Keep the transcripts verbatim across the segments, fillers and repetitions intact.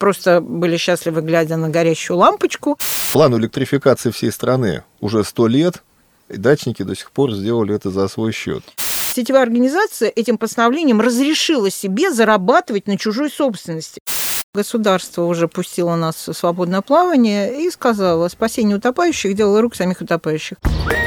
просто были счастливы, глядя на горящую лампочку. План электрификации всей страны уже сто лет, и дачники до сих пор сделали это за свой счет. Сетевая организация этим постановлением разрешила себе зарабатывать на чужой собственности. Государство уже пустило нас в свободное плавание и сказало: спасение утопающих – дело рук самих утопающих.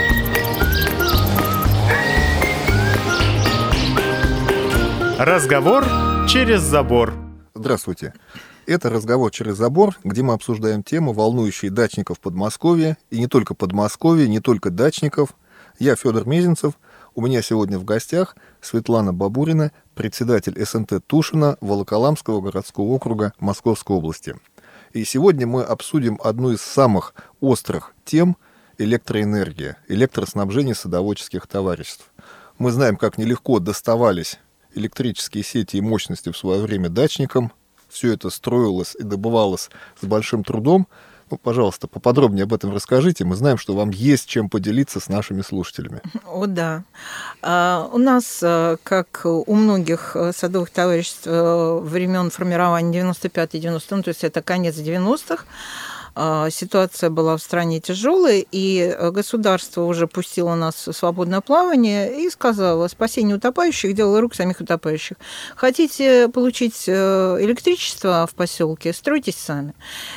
Разговор через забор. Здравствуйте. Это «Разговор через забор», где мы обсуждаем темы, волнующие дачников Подмосковья, и не только Подмосковья, не только дачников. Я Федор Мезенцев. У меня сегодня в гостях Светлана Бабурина, председатель эс эн тэ Тушино Волоколамского городского округа Московской области. И сегодня мы обсудим одну из самых острых тем – электроэнергия, электроснабжение садоводческих товариществ. Мы знаем, как нелегко доставались электрические сети и мощности в свое время дачникам. Все это строилось и добывалось с большим трудом. Ну, пожалуйста, поподробнее об этом расскажите. Мы знаем, что вам есть чем поделиться с нашими слушателями. О, да. А, у нас, как у многих садовых товариществ времен формирования девяносто пятый девяностый, ну, то есть это конец девяностых, ситуация была в стране тяжелая, и государство уже пустило нас в свободное плавание и сказало: спасение утопающих – дело рук самих утопающих. Хотите получить электричество в поселке – стройтесь сами.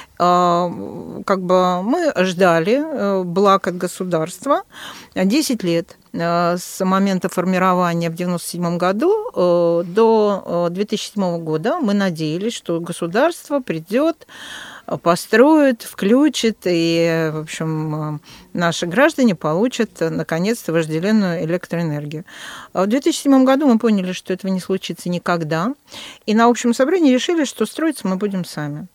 Как бы мы ждали благ от государства десять лет с момента формирования в девяносто седьмом году до две тысячи седьмого года. Мы надеялись, что государство придет, построит, включит, и, в общем, наши граждане получат, наконец-то, вожделенную электроэнергию. В две тысячи седьмом году мы поняли, что этого не случится никогда, и на общем собрании решили, что строиться мы будем сами.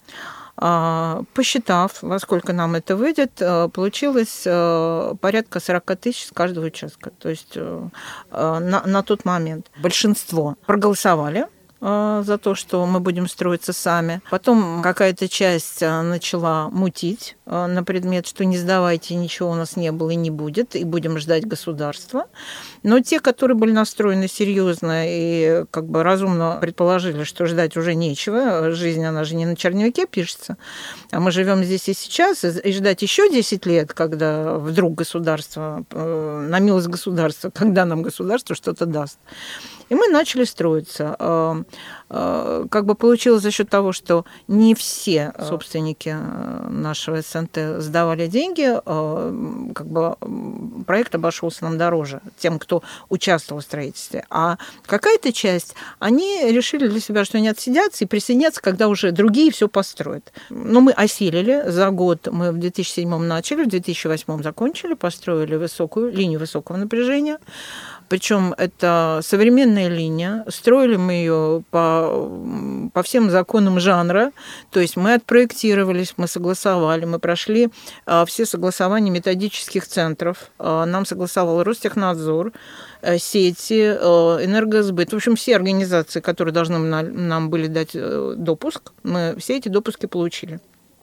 Посчитав, во сколько нам это выйдет, получилось порядка сорок тысяч с каждого участка. То есть на, на тот момент большинство проголосовали за то, что мы будем строиться сами. Потом какая-то часть начала мутить на предмет, что не сдавайте, ничего у нас не было и не будет, и будем ждать государства. Но те, которые были настроены серьезно и как бы разумно предположили, что ждать уже нечего, жизнь, она же не на черновике пишется, а мы живем здесь и сейчас, и ждать еще десять лет, когда вдруг государство, на милость государства, когда нам государство что-то даст. И мы начали строиться. Как бы получилось за счет того, что не все собственники нашего эс эн тэ сдавали деньги, как бы проект обошелся нам дороже тем, кто участвовал в строительстве. А какая-то часть, они решили для себя, что они отсидятся и присоединятся, когда уже другие все построят. Но мы осилили. За год мы в две тысячи седьмом начали, в две тысячи восьмом закончили, построили высокую линию высокого напряжения. Причем это современная линия. Строили мы ее по, по всем законам жанра. То есть мы отпроектировались, мы согласовали, мы прошли все согласования методических центров. Нам согласовал Ростехнадзор, сети, Энергосбыт. В общем, все организации, которые должны нам были дать допуск, мы все эти допуски получили.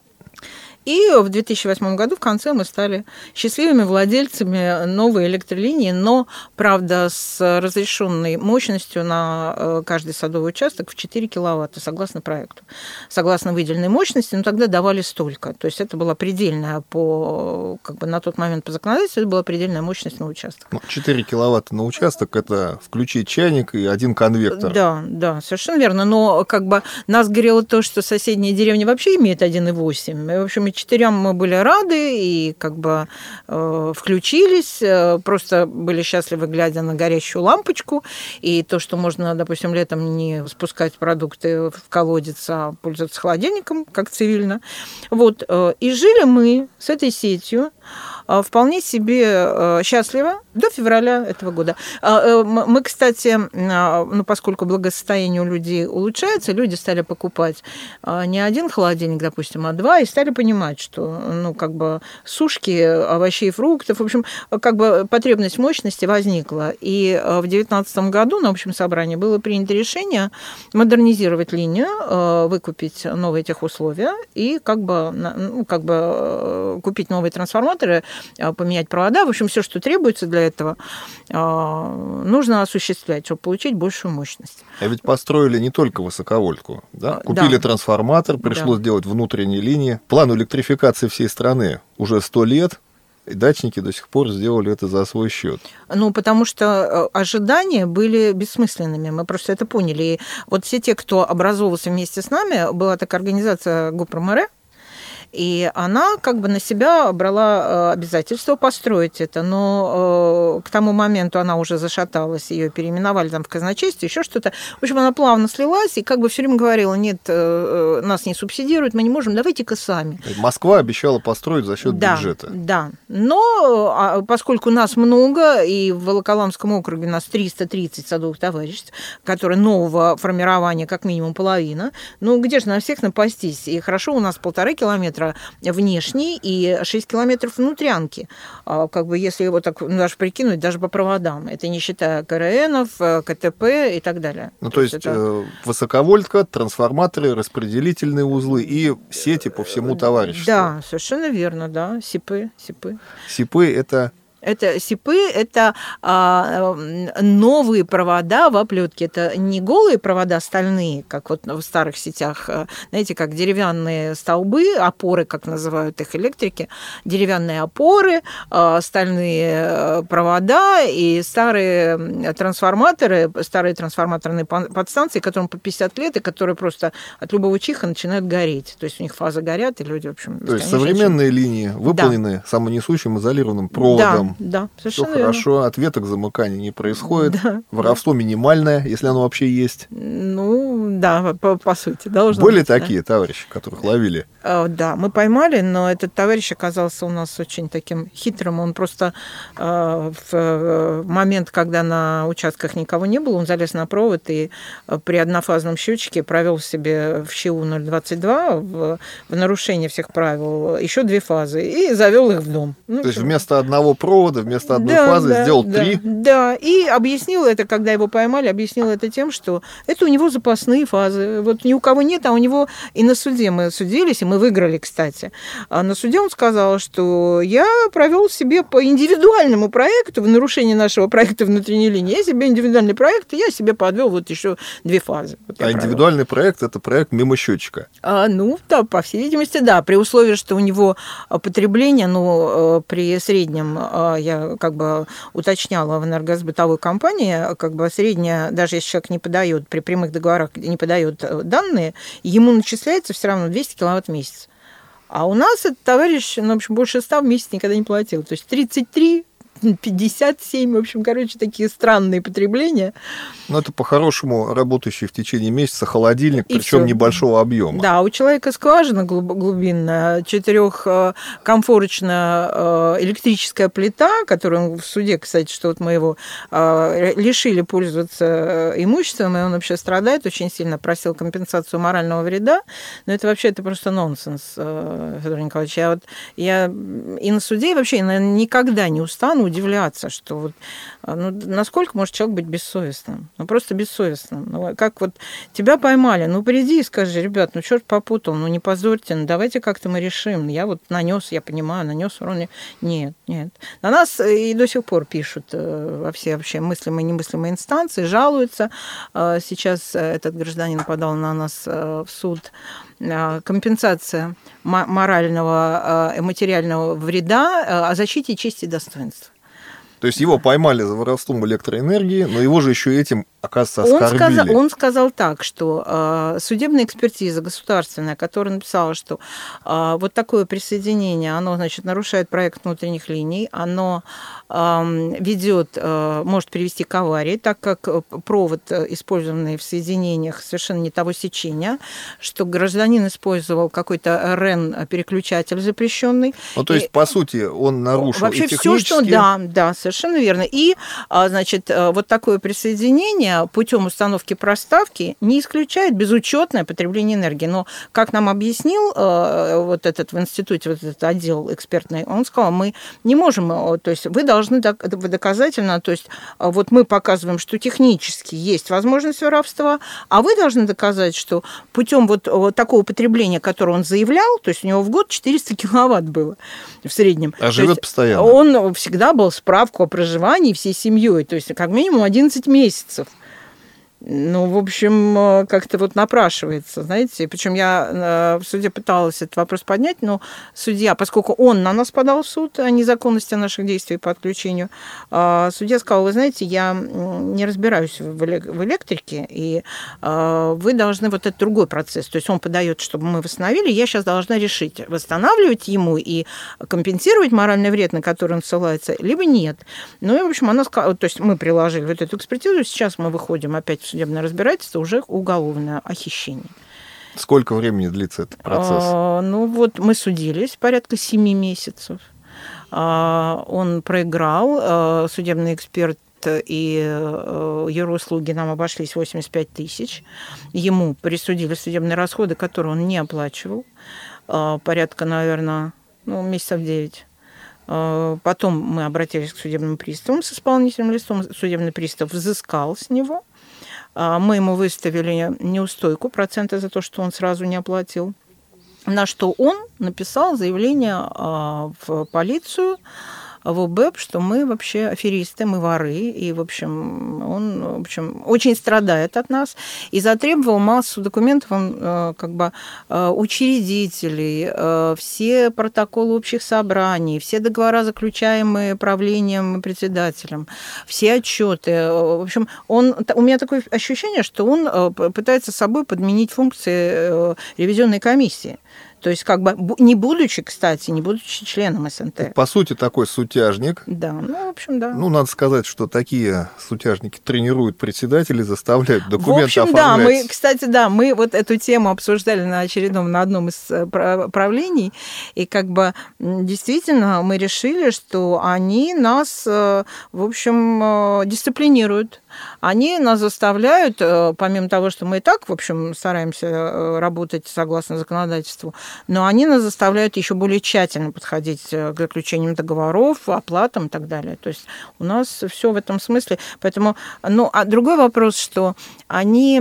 И в две тысячи восьмом году в конце мы стали счастливыми владельцами новой электролинии, но, правда, с разрешенной мощностью на каждый садовый участок в четыре киловатта, согласно проекту. Согласно выделенной мощности, но тогда давали столько. То есть это была предельная по, как бы на тот момент по законодательству, это была предельная мощность на участок. четыре киловатта на участок – это включить чайник и один конвектор. Да, да, совершенно верно. Но как бы нас горело то, что соседняя деревня вообще имеет один и восемь. И, в общем, четырем мы были рады и как бы э, включились, э, просто были счастливы, глядя на горящую лампочку, и то, что можно, допустим, летом не спускать продукты в колодец, а пользоваться холодильником, как цивильно. Вот. Э, и жили мы с этой сетью вполне себе счастливо до февраля этого года. Мы, кстати, ну, поскольку благосостояние у людей улучшается, люди стали покупать не один холодильник, допустим, а два, и стали понимать, что, ну, как бы сушки овощей и фруктов, в общем, как бы потребность мощности возникла. И в две тысячи девятнадцатом году на общем собрании было принято решение модернизировать линию, выкупить новые техусловия и как бы, ну, как бы купить новые трансформаторы, поменять провода. В общем, все, что требуется для этого, нужно осуществлять, чтобы получить большую мощность. А ведь построили не только высоковольтку, да? Купили да. трансформатор, пришлось да. делать внутренние линии. План электрификации всей страны уже сто лет, и дачники до сих пор сделали это за свой счет. Ну, потому что ожидания были бессмысленными, мы просто это поняли. И вот все те, кто образовывался вместе с нами, была такая организация ГУПРМР, и она как бы на себя брала обязательство построить это, но к тому моменту она уже зашаталась, ее переименовали там в казначействе, еще что-то. В общем, она плавно слилась и как бы все время говорила: нет, нас не субсидируют, мы не можем, давайте-ка сами. Москва обещала построить за счет да, бюджета. Да, но поскольку нас много, и в Волоколамском округе у нас триста тридцать садовых товариществ, которые нового формирования как минимум половина, ну где же на всех напастись? И хорошо, у нас полтора километра внешней и шесть километров внутрянки. Как бы если его так даже прикинуть, даже по проводам. Это не считая КРНов, КТП и так далее. Ну, то, то есть, есть это... высоковольтка, трансформаторы, распределительные узлы и сети по всему товариществу. Да, совершенно верно, да. СИПы. СИПы, СИПы – это... Это СИПы, это а, новые провода в оплетке. Это не голые провода стальные, как вот в старых сетях, знаете, как деревянные столбы, опоры, как называют их электрики, деревянные опоры, а, стальные провода и старые трансформаторы, старые трансформаторные подстанции, которым по пятьдесят лет, и которые просто от любого чиха начинают гореть. То есть у них фазы горят, и люди, в общем... То есть современные линии выполнены да. самонесущим изолированным проводом. Да. Да, совершенно все хорошо, верно. От веток замыкания не происходит, да, воровство да. минимальное, если оно вообще есть. Ну, да, по, по сути. Должно Были быть, такие да. товарищи, которых ловили? Да, мы поймали, но этот товарищ оказался у нас очень таким хитрым. Он просто в момент, когда на участках никого не было, он залез на провод и при однофазном счетчике провел себе в ЩУ ноль двадцать два в, в нарушение всех правил еще две фазы и завел их в дом. Ну, То есть вместо одного провода, вместо одной да, фазы да, сделал да, три? Да, и объяснил это, когда его поймали, объяснил это тем, что это у него запасные фазы. Вот ни у кого нет, а у него и на суде мы судились, и мы выиграли, кстати. А на суде он сказал, что я провел себе по индивидуальному проекту, в нарушение нашего проекта внутренней линии, я себе индивидуальный проект, и я себе подвел вот еще две фазы. Вот а индивидуальный проект – это проект мимо счетчика? А, ну, да, по всей видимости, да, при условии, что у него потребление, ну, при среднем, я как бы уточняла в энергосбытовой компании, как бы средняя, даже если человек не подает, при прямых договорах не подает данные, ему начисляется все равно двести киловатт в месяц. А у нас этот товарищ, ну, в общем, больше ста в месяц никогда не платил. То есть тридцать три, пятьдесят семь, в общем, короче, такие странные потребления. Ну, это по-хорошему работающий в течение месяца холодильник, и причем всё. Небольшого объема. Да, у человека скважина глубинная, четырехкомфорочная электрическая плита, которую в суде, кстати, что вот мы его лишили пользоваться имуществом, и он вообще страдает очень сильно, просил компенсацию морального вреда. Но это вообще это просто нонсенс, Федор Николаевич. Я, вот, я и на суде, и вообще я никогда не устану удивляться, что вот, ну, насколько может человек быть бессовестным. Ну, просто бессовестным. Ну, как вот тебя поймали, ну, приди и скажи: ребят, ну, черт попутал, ну, не позорьте, ну, давайте как-то мы решим. Я вот нанес, я понимаю, нанес урон. Нет, нет. На нас и до сих пор пишут во все вообще мыслимые и немыслимые инстанции, жалуются. Сейчас этот гражданин подал на нас в суд. Компенсация морального и материального вреда о защите чести и достоинства. То есть его поймали за воровством электроэнергии, но его же еще этим, оказывается, оскорбили. Он сказал, он сказал так, что э, судебная экспертиза государственная, которая написала, что э, вот такое присоединение, оно, значит, нарушает проект внутренних линий, оно э, ведет, э, может привести к аварии, так как провод, использованный в соединениях, совершенно не того сечения, что гражданин использовал какой-то РЭН-переключатель запрещенный. Ну, то есть, и, по сути, он нарушил вообще и технически... Все, что, да, да, совершенно верно. И, значит, вот такое присоединение путем установки проставки не исключает безучетное потребление энергии. Но, как нам объяснил вот этот в институте, вот этот отдел экспертный, он сказал, мы не можем, то есть вы должны доказательно, то есть вот мы показываем, что технически есть возможность воровства, а вы должны доказать, что путем вот такого потребления, которое он заявлял, то есть у него в год четыреста киловатт было в среднем. А живет постоянно. Он всегда был справку о проживании всей семьей, то есть как минимум одиннадцать месяцев. Ну, в общем, как-то вот напрашивается, знаете. Причем я в суде пыталась этот вопрос поднять, но судья, поскольку он на нас подал в суд о незаконности наших действий по отключению, судья сказал, вы знаете, я не разбираюсь в электрике, и вы должны вот этот другой процесс. То есть он подает, чтобы мы восстановили, я сейчас должна решить, восстанавливать ему и компенсировать моральный вред, на который он ссылается, либо нет. Ну и, в общем, она сказала, то есть мы приложили вот эту экспертизу, сейчас мы выходим опять в судебное разбирательство, уже уголовное о хищении. Сколько времени длится этот процесс? А, ну вот мы судились порядка семи месяцев. А, он проиграл, а, судебный эксперт и юруслуги нам обошлись восемьдесят пять тысяч. Ему присудили судебные расходы, которые он не оплачивал. А, порядка, наверное, ну, месяцев девять. Потом мы обратились к судебным приставам с исполнительным листом. Судебный пристав взыскал с него. Мы ему выставили неустойку, проценты за то, что он сразу не оплатил. На что он написал заявление в полицию, в ОБЭП, что мы вообще аферисты, мы воры, и, в общем, он, в общем, очень страдает от нас, и затребовал массу документов, он, как бы, учредителей, все протоколы общих собраний, все договора, заключаемые правлением и председателем, все отчеты. В общем, он, у меня такое ощущение, что он пытается собой подменить функции ревизионной комиссии. То есть, как бы, не будучи, кстати, не будучи членом СНТ. По сути, такой сутяжник. Да, ну, в общем, да. Ну, надо сказать, что такие сутяжники тренируют председателей, заставляют документы в общем, оформлять. Да, мы, кстати, да, мы вот эту тему обсуждали на очередном, на одном из правлений, и как бы действительно мы решили, что они нас, в общем, дисциплинируют. Они нас заставляют, помимо того, что мы и так, в общем, стараемся работать согласно законодательству, но они нас заставляют еще более тщательно подходить к заключениям договоров, оплатам и так далее. То есть у нас все в этом смысле. Поэтому, ну, а другой вопрос, что они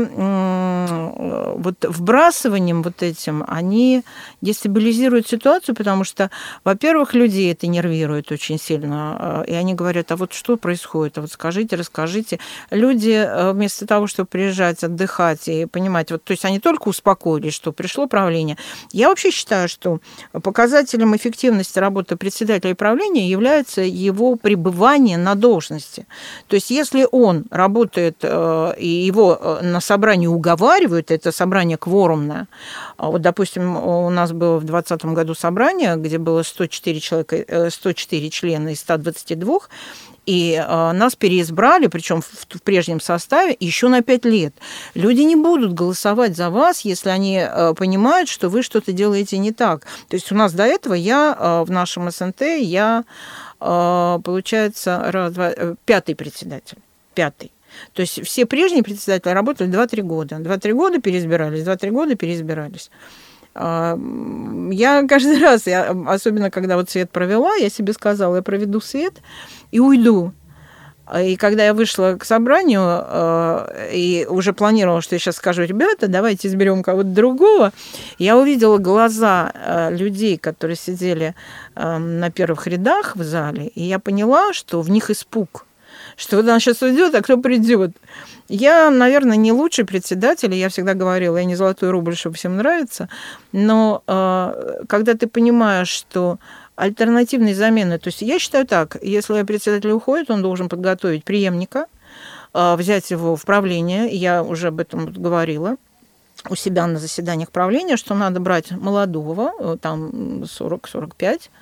вот вбрасыванием вот этим, они дестабилизируют ситуацию, потому что, во-первых, людей это нервирует очень сильно, и они говорят, а вот что происходит, а вот скажите, расскажите. Люди вместо того, чтобы приезжать, отдыхать и понимать, вот, то есть они только успокоились, что пришло правление. Я вообще считаю, что показателем эффективности работы председателя правления является его пребывание на должности. То есть если он работает, и его на собрании уговаривают, это собрание кворумное, вот, допустим, у нас было в двадцатом году собрание, где было сто четыре человека, сто четыре члена из ста двадцати двух, и нас переизбрали, причем в прежнем составе, еще на пять лет. Люди не будут голосовать за вас, если они понимают, что вы что-то делаете не так. То есть у нас до этого я в нашем СНТ, я, получается, раз, два, пятый председатель. Пятый. То есть все прежние председатели работали два-три года. два-три года переизбирались, два-три года переизбирались. Я каждый раз, я, особенно когда вот свет провела, я себе сказала, я проведу свет и уйду. И когда я вышла к собранию и уже планировала, что я сейчас скажу, ребята, давайте изберем кого-то другого, я увидела глаза людей, которые сидели на первых рядах в зале, и я поняла, что в них испуг, что вот она сейчас уйдет, а кто придет. Я, наверное, не лучший председатель, я всегда говорила, я не золотой рубль, чтобы всем нравится, но э, когда ты понимаешь, что альтернативные замены, то есть я считаю так, если председатель уходит, он должен подготовить преемника, э, взять его в правление, я уже об этом говорила у себя на заседаниях правления, что надо брать молодого, там сорок-сорок пять,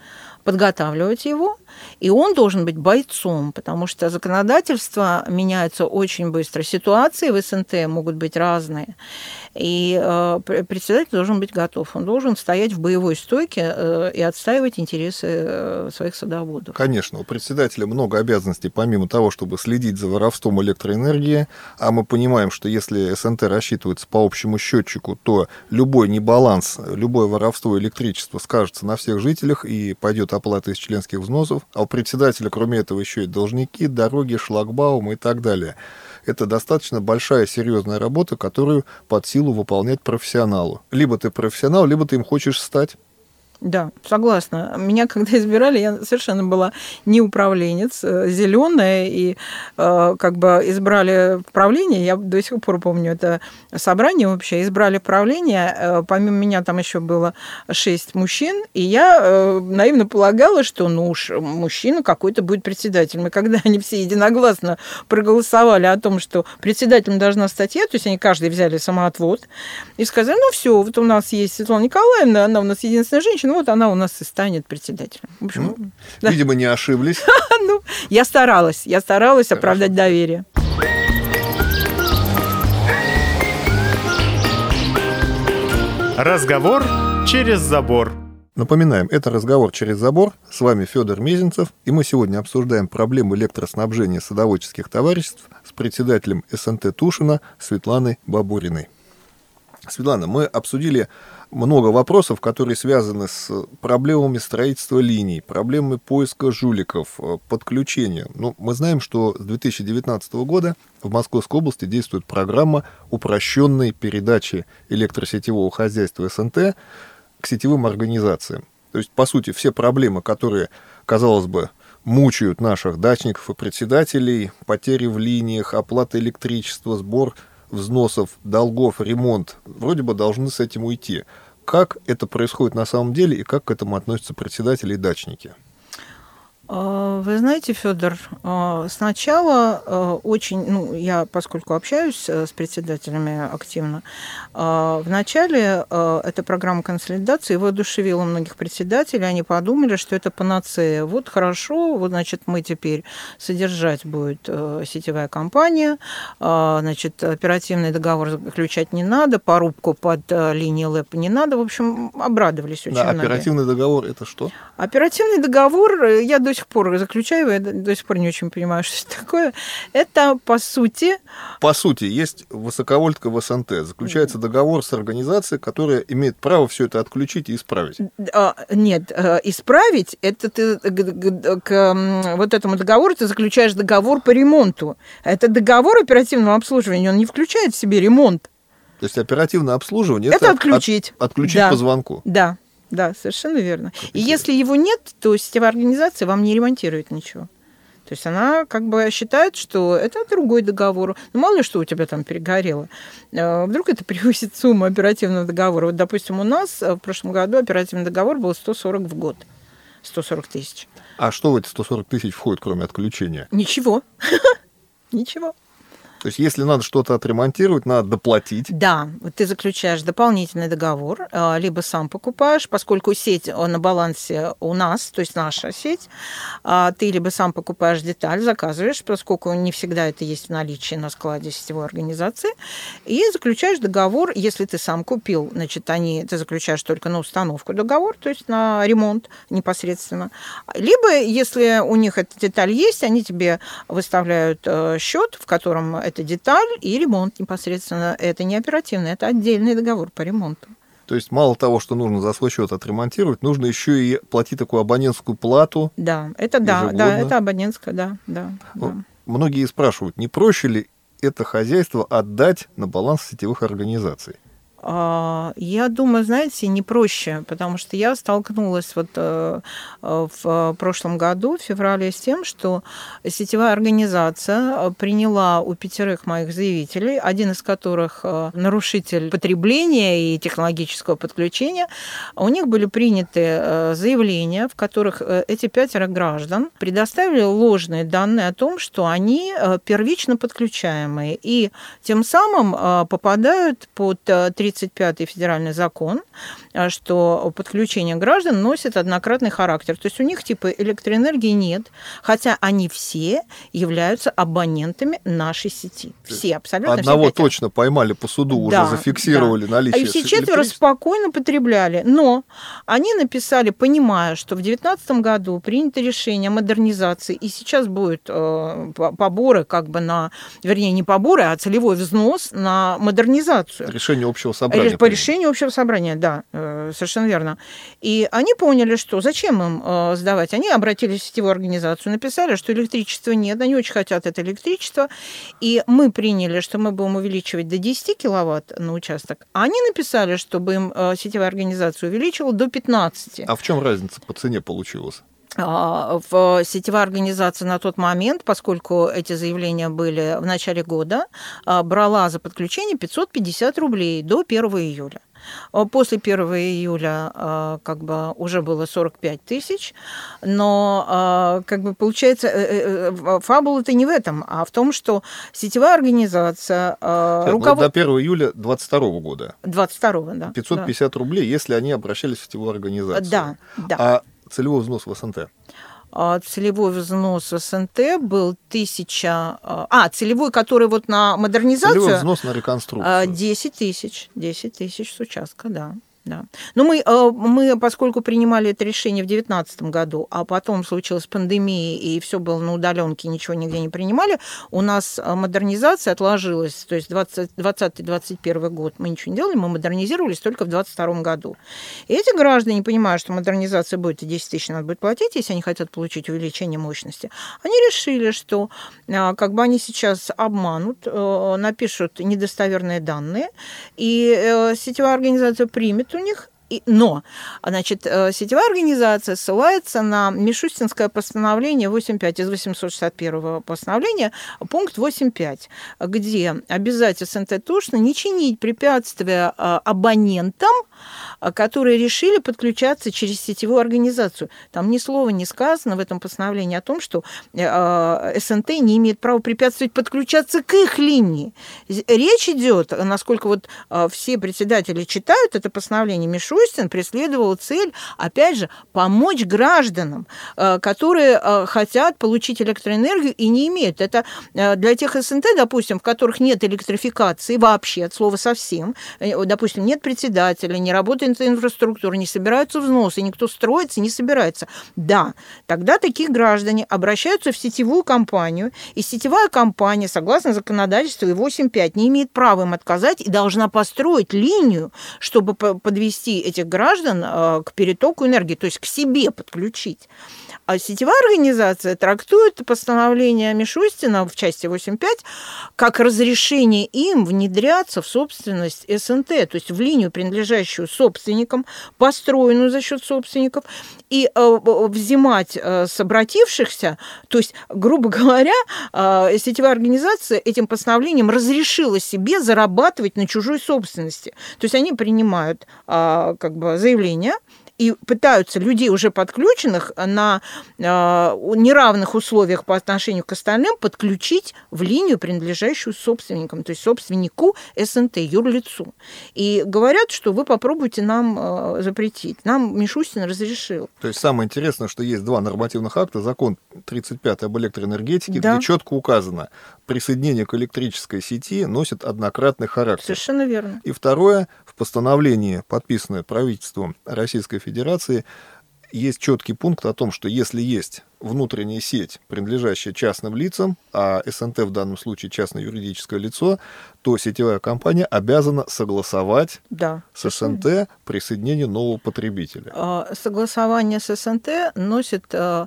подготавливать его, и он должен быть бойцом, потому что законодательство меняется очень быстро. Ситуации в СНТ могут быть разные, и председатель должен быть готов. Он должен стоять в боевой стойке и отстаивать интересы своих садоводов. Конечно, у председателя много обязанностей, помимо того, чтобы следить за воровством электроэнергии, а мы понимаем, что если СНТ рассчитывается по общему счетчику, то любой небаланс, любое воровство электричества скажется на всех жителях и пойдет оплата из членских взносов, а у председателя, кроме этого, еще и должники, дороги, шлагбаумы и так далее. Это достаточно большая, серьезная работа, которую под силу выполнять профессионалу. Либо ты профессионал, либо ты им хочешь стать. Да, согласна. Меня, когда избирали, я совершенно была не управленец, зеленая, и э, как бы избрали в правление, я до сих пор помню это собрание вообще, избрали в правление, э, помимо меня там еще было шесть мужчин, и я э, наивно полагала, что ну уж мужчина какой-то будет председателем. И когда они все единогласно проголосовали о том, что председателем должна стать я, то есть они каждый взяли самоотвод и сказали, ну все, вот у нас есть Светлана Николаевна, она у нас единственная женщина, вот она у нас и станет председателем. В общем, ну, да. Видимо, не ошиблись. Ну, я старалась, я старалась Хорошо. Оправдать доверие. Разговор через забор. Напоминаем, это «Разговор через забор». С вами Федор Мезенцев, и мы сегодня обсуждаем проблемы электроснабжения садоводческих товариществ с председателем СНТ Тушино Светланой Бабуриной. Светлана, мы обсудили много вопросов, которые связаны с проблемами строительства линий, проблемами поиска жуликов, подключения. Ну, мы знаем, что с две тысячи девятнадцатого года в Московской области действует программа упрощенной передачи электросетевого хозяйства СНТ к сетевым организациям. То есть, по сути, все проблемы, которые, казалось бы, мучают наших дачников и председателей, потери в линиях, оплата электричества, сбор взносов, долгов, ремонт, вроде бы должны с этим уйти. Как это происходит на самом деле и как к этому относятся председатели и дачники? Вы знаете, Федор, сначала очень, ну, я, поскольку общаюсь с председателями активно, вначале эта программа консолидации воодушевила многих председателей, они подумали, что это панацея. Вот хорошо, вот, значит, мы теперь содержать будет сетевая компания, значит, оперативный договор заключать не надо, порубку под линии ЛЭП не надо, в общем, обрадовались очень да, многие. Оперативный договор – это что? Оперативный договор, я до сих пор заключаю, я до сих пор не очень понимаю, что это такое. Это, по сути... По сути, есть высоковольтка в СНТ. Заключается договор с организацией, которая имеет право все это отключить и исправить. Нет, исправить, это ты к вот этому договору ты заключаешь договор по ремонту. Это договор оперативного обслуживания, он не включает в себе ремонт. То есть оперативное обслуживание – это, это отключить. От, отключить да. по звонку. Да. Да, совершенно верно. И если его нет, то сетевая организация вам не ремонтирует ничего. То есть она как бы считает, что это другой договор. Ну, мало ли, что у тебя там перегорело. Вдруг это превысит сумму оперативного договора. Вот, допустим, у нас в прошлом году оперативный договор был сто сорок в год. сто сорок тысяч. А что в эти сто сорок тысяч входит, кроме отключения? Ничего. Ничего. То есть, если надо что-то отремонтировать, надо доплатить. Да, ты заключаешь дополнительный договор, либо сам покупаешь, поскольку сеть на балансе у нас, то есть наша сеть, ты либо сам покупаешь деталь, заказываешь, поскольку не всегда это есть в наличии на складе сетевой организации, и заключаешь договор, если ты сам купил, значит, они, ты заключаешь только на установку договор, то есть на ремонт непосредственно. Либо, если у них эта деталь есть, они тебе выставляют счет, в котором это деталь и ремонт непосредственно. Это не оперативно, это отдельный договор по ремонту. То есть мало того, что нужно за свой счет отремонтировать, нужно еще и платить такую абонентскую плату. Да, это да, да, это абонентская, да, да, ну, да. Многие спрашивают, не проще ли это хозяйство отдать на баланс сетевых организаций? Я думаю, знаете, не проще, потому что я столкнулась вот в прошлом году, в феврале, с тем, что сетевая организация приняла у пятерых моих заявителей, один из которых нарушитель потребления и технологического подключения, у них были приняты заявления, в которых эти пятеро граждан предоставили ложные данные о том, что они первично подключаемые, и тем самым попадают под тридцать тридцать пятый федеральный закон, что подключение граждан носит однократный характер. То есть у них типа электроэнергии нет, хотя они все являются абонентами нашей сети. Все, абсолютно Одного все точно поймали по суду, да, уже зафиксировали да. наличие. И все четверо спокойно потребляли. Но они написали, понимая, что в две тысячи девятнадцатом году принято решение о модернизации, и сейчас будут э, поборы как бы на, вернее, не поборы, а целевой взнос на модернизацию. Решение общего собрания. По решению общего собрания, да, э, совершенно верно. И они поняли, что зачем им э, сдавать. Они обратились в сетевую организацию, написали, что электричества нет, они очень хотят это электричество, и мы приняли, что мы будем увеличивать до десяти киловатт на участок, а они написали, чтобы им э, сетевая организация увеличила до пятнадцати. А в чем разница по цене получилась? В сетевая организация на тот момент, поскольку эти заявления были в начале года, брала за подключение пятьсот пятьдесят рублей до первого июля. После первого июля как бы уже было сорок пять тысяч, но как бы получается фабула-то не в этом, а в том, что сетевая организация... Руковод... До первого июля двадцать второго года. двадцать второго, да. пятьсот пятьдесят да. рублей, если они обращались в сетевую организацию. Да, да. А целевой взнос в СНТ? Целевой взнос в СНТ был тысяча... А, целевой, который вот на модернизацию... Целевой взнос на реконструкцию. десять тысяч. десять тысяч с участка, да. Да. Но мы, мы, поскольку принимали это решение в две тысячи девятнадцатом году, а потом случилась пандемия, и все было на удаленке, ничего нигде не принимали, у нас модернизация отложилась, то есть двадцатый двадцать первый год мы ничего не делали, мы модернизировались только в двадцать втором году. И эти граждане, понимая, что модернизация будет, и десять тысяч надо будет платить, если они хотят получить увеличение мощности, они решили, что как бы они сейчас обманут, напишут недостоверные данные, и сетевая организация примет у них, но, значит, сетевая организация ссылается на Мишустинское постановление восемь пять из восемьсот шестьдесят первого постановления, пункт восемь пять, где обязать СНТ Тушина не чинить препятствия абонентам, которые решили подключаться через сетевую организацию. Там ни слова не сказано в этом постановлении о том, что СНТ не имеет права препятствовать подключаться к их линии. Речь идет, насколько вот все председатели читают это постановление, Мишустин преследовал цель, опять же, помочь гражданам, которые хотят получить электроэнергию и не имеют. Это для тех СНТ, допустим, в которых нет электрификации вообще, от слова совсем, допустим, нет председателя, не работает инфраструктура, не собираются взносы, никто строится, не собирается. Да, тогда такие граждане обращаются в сетевую компанию, и сетевая компания, согласно законодательству и восемь пять, не имеет права им отказать и должна построить линию, чтобы подвести этих граждан к перетоку энергии, то есть к себе подключить. А сетевая организация трактует постановление Мишустина в части восемь пять как разрешение им внедряться в собственность СНТ, то есть в линию, принадлежащую собственникам, построенную за счет собственников, и э, взимать э, с обратившихся, то есть, грубо говоря, э, сетевая организация этим постановлением разрешила себе зарабатывать на чужой собственности. То есть они принимают э, как бы заявление, и пытаются людей, уже подключенных, на э, неравных условиях по отношению к остальным подключить в линию, принадлежащую собственникам, то есть собственнику СНТ, юрлицу. И говорят, что вы попробуйте нам э, запретить. Нам Мишустин разрешил. То есть самое интересное, что есть два нормативных акта. Закон тридцать пятый об электроэнергетике, да, где четко указано, присоединение к электрической сети носит однократный характер. Совершенно верно. И второе, в постановлении, подписанное правительством Российской Федерации, есть четкий пункт о том, что если есть внутренняя сеть, принадлежащая частным лицам, а СНТ в данном случае частное юридическое лицо, то сетевая компания обязана согласовать да, с СНТ присоединение нового потребителя. Согласование с СНТ носит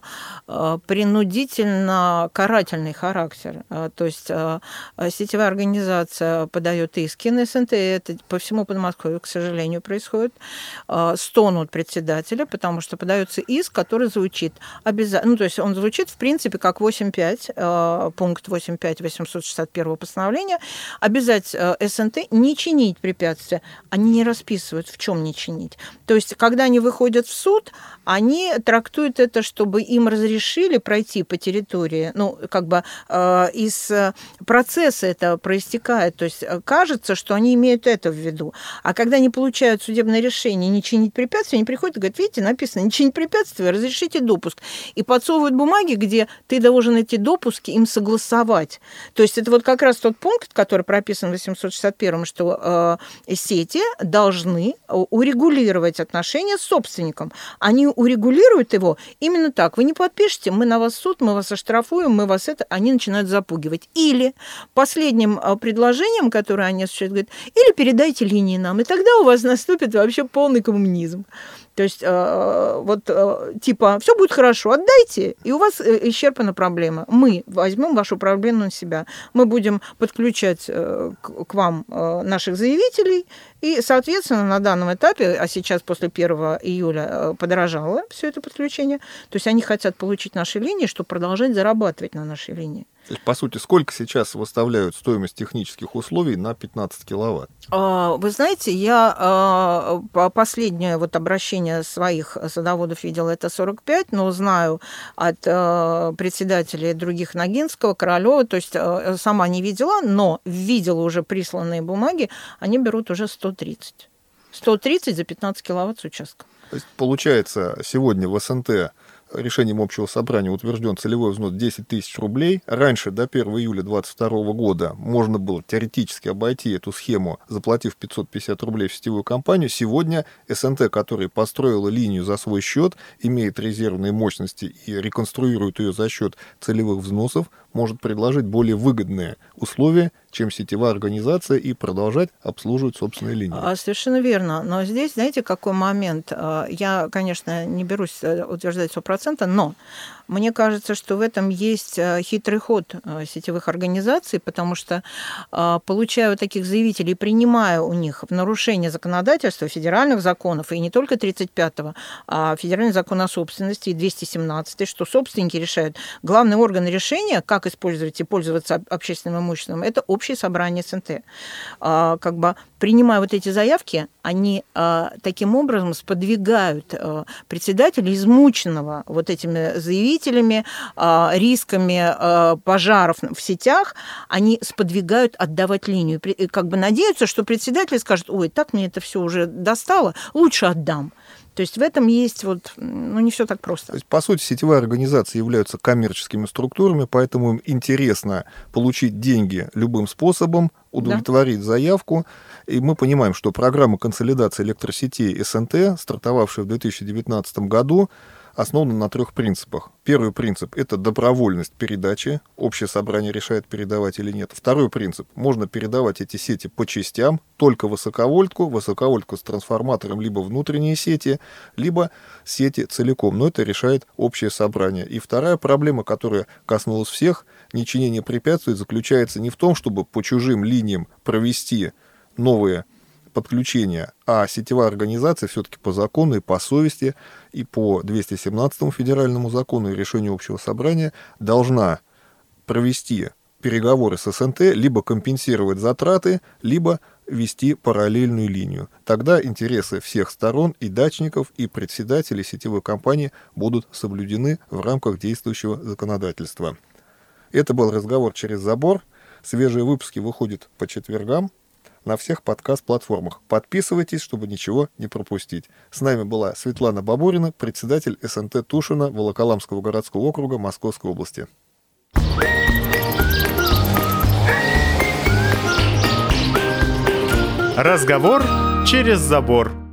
принудительно карательный характер. То есть сетевая организация подает иски на СНТ, это по всему Подмосковью, к сожалению, происходит. Стонут председателя, потому что подается иск, который звучит обязательно, ну, то есть он звучит, в принципе, как восемь пять, пункт восемь пять восемьсот шестьдесят первого постановления, обязать СНТ не чинить препятствия. Они не расписывают, в чем не чинить. То есть, когда они выходят в суд, они трактуют это, чтобы им разрешили пройти по территории, ну, как бы э, из процесса это проистекает, то есть кажется, что они имеют это в виду. А когда они получают судебное решение не чинить препятствия, они приходят и говорят, видите, написано, не чинить препятствия, разрешите допуск. И подсовывают бумаги, где ты должен эти допуски им согласовать. То есть это вот как раз тот пункт, который прописан в восемьсот шестьдесят первом, что э, сети должны урегулировать отношения с собственником. Они урегулируют его именно так. Вы не подпишете, мы на вас суд, мы вас оштрафуем, мы вас это... Они начинают запугивать. Или последним предложением, которое они осуществляют, говорят, или передайте линии нам, и тогда у вас наступит вообще полный коммунизм. То есть вот типа все будет хорошо, отдайте, и у вас исчерпана проблема. Мы возьмем вашу проблему на себя. Мы будем подключать к вам наших заявителей, и, соответственно, на данном этапе, а сейчас после первого июля подорожало все это подключение, то есть они хотят получить наши линии, чтобы продолжать зарабатывать на нашей линии. То есть, по сути, сколько сейчас выставляют стоимость технических условий на пятнадцать киловатт? Вы знаете, я последнее вот обращение своих садоводов видела, это сорок пять, но знаю от председателей других Ногинского, Королева, то есть сама не видела, но видела уже присланные бумаги, они берут уже сто тридцать. сто тридцать за пятнадцать киловатт с участка. То есть, получается, сегодня в СНТ решением общего собрания утвержден целевой взнос десять тысяч рублей. Раньше, до первого июля две тысячи двадцать второго года, можно было теоретически обойти эту схему, заплатив пятьсот пятьдесят рублей в сетевую компанию. Сегодня СНТ, которая построила линию за свой счет, имеет резервные мощности и реконструирует ее за счет целевых взносов, может предложить более выгодные условия, чем сетевая организация, и продолжать обслуживать собственные линии. Совершенно верно. Но здесь, знаете, какой момент? Я, конечно, не берусь утверждать сто процентов, но мне кажется, что в этом есть хитрый ход сетевых организаций, потому что, получая вот таких заявителей, принимая у них в нарушение законодательства, федеральных законов, и не только тридцать пятого, а федеральный закон о собственности и двести семнадцатый, что собственники решают. Главный орган решения, как использовать и пользоваться общественным имуществом, это общее собрание СНТ. Как бы принимая вот эти заявки, они таким образом сподвигают председателя, измученного вот этими заявителями, рисками пожаров в сетях, они сподвигают отдавать линию. Как бы надеются, что председатель скажет, ой, так мне это все уже достало, лучше отдам. То есть в этом есть вот, ну, не все так просто. То есть, по сути, сетевые организации являются коммерческими структурами, поэтому им интересно получить деньги любым способом, удовлетворить да. заявку. И мы понимаем, что программа консолидации электросетей СНТ, стартовавшая в две тысячи девятнадцатом году, основана на трех принципах. Первый принцип – это добровольность передачи. Общее собрание решает, передавать или нет. Второй принцип – можно передавать эти сети по частям, только высоковольтку, высоковольтку с трансформатором, либо внутренние сети, либо сети целиком. Но это решает общее собрание. И вторая проблема, которая коснулась всех, нечинение препятствий, заключается не в том, чтобы по чужим линиям провести новые подключения, а сетевая организация все-таки по закону и по совести, и по двести семнадцатому федеральному закону и решению общего собрания должна провести переговоры с СНТ, либо компенсировать затраты, либо вести параллельную линию. Тогда интересы всех сторон, и дачников, и председателей сетевой компании, будут соблюдены в рамках действующего законодательства. Это был разговор через забор. Свежие выпуски выходят по четвергам на всех подкаст-платформах. Подписывайтесь, чтобы ничего не пропустить. С нами была Светлана Бабурина, председатель СНТ Тушино Волоколамского городского округа Московской области. Разговор через забор.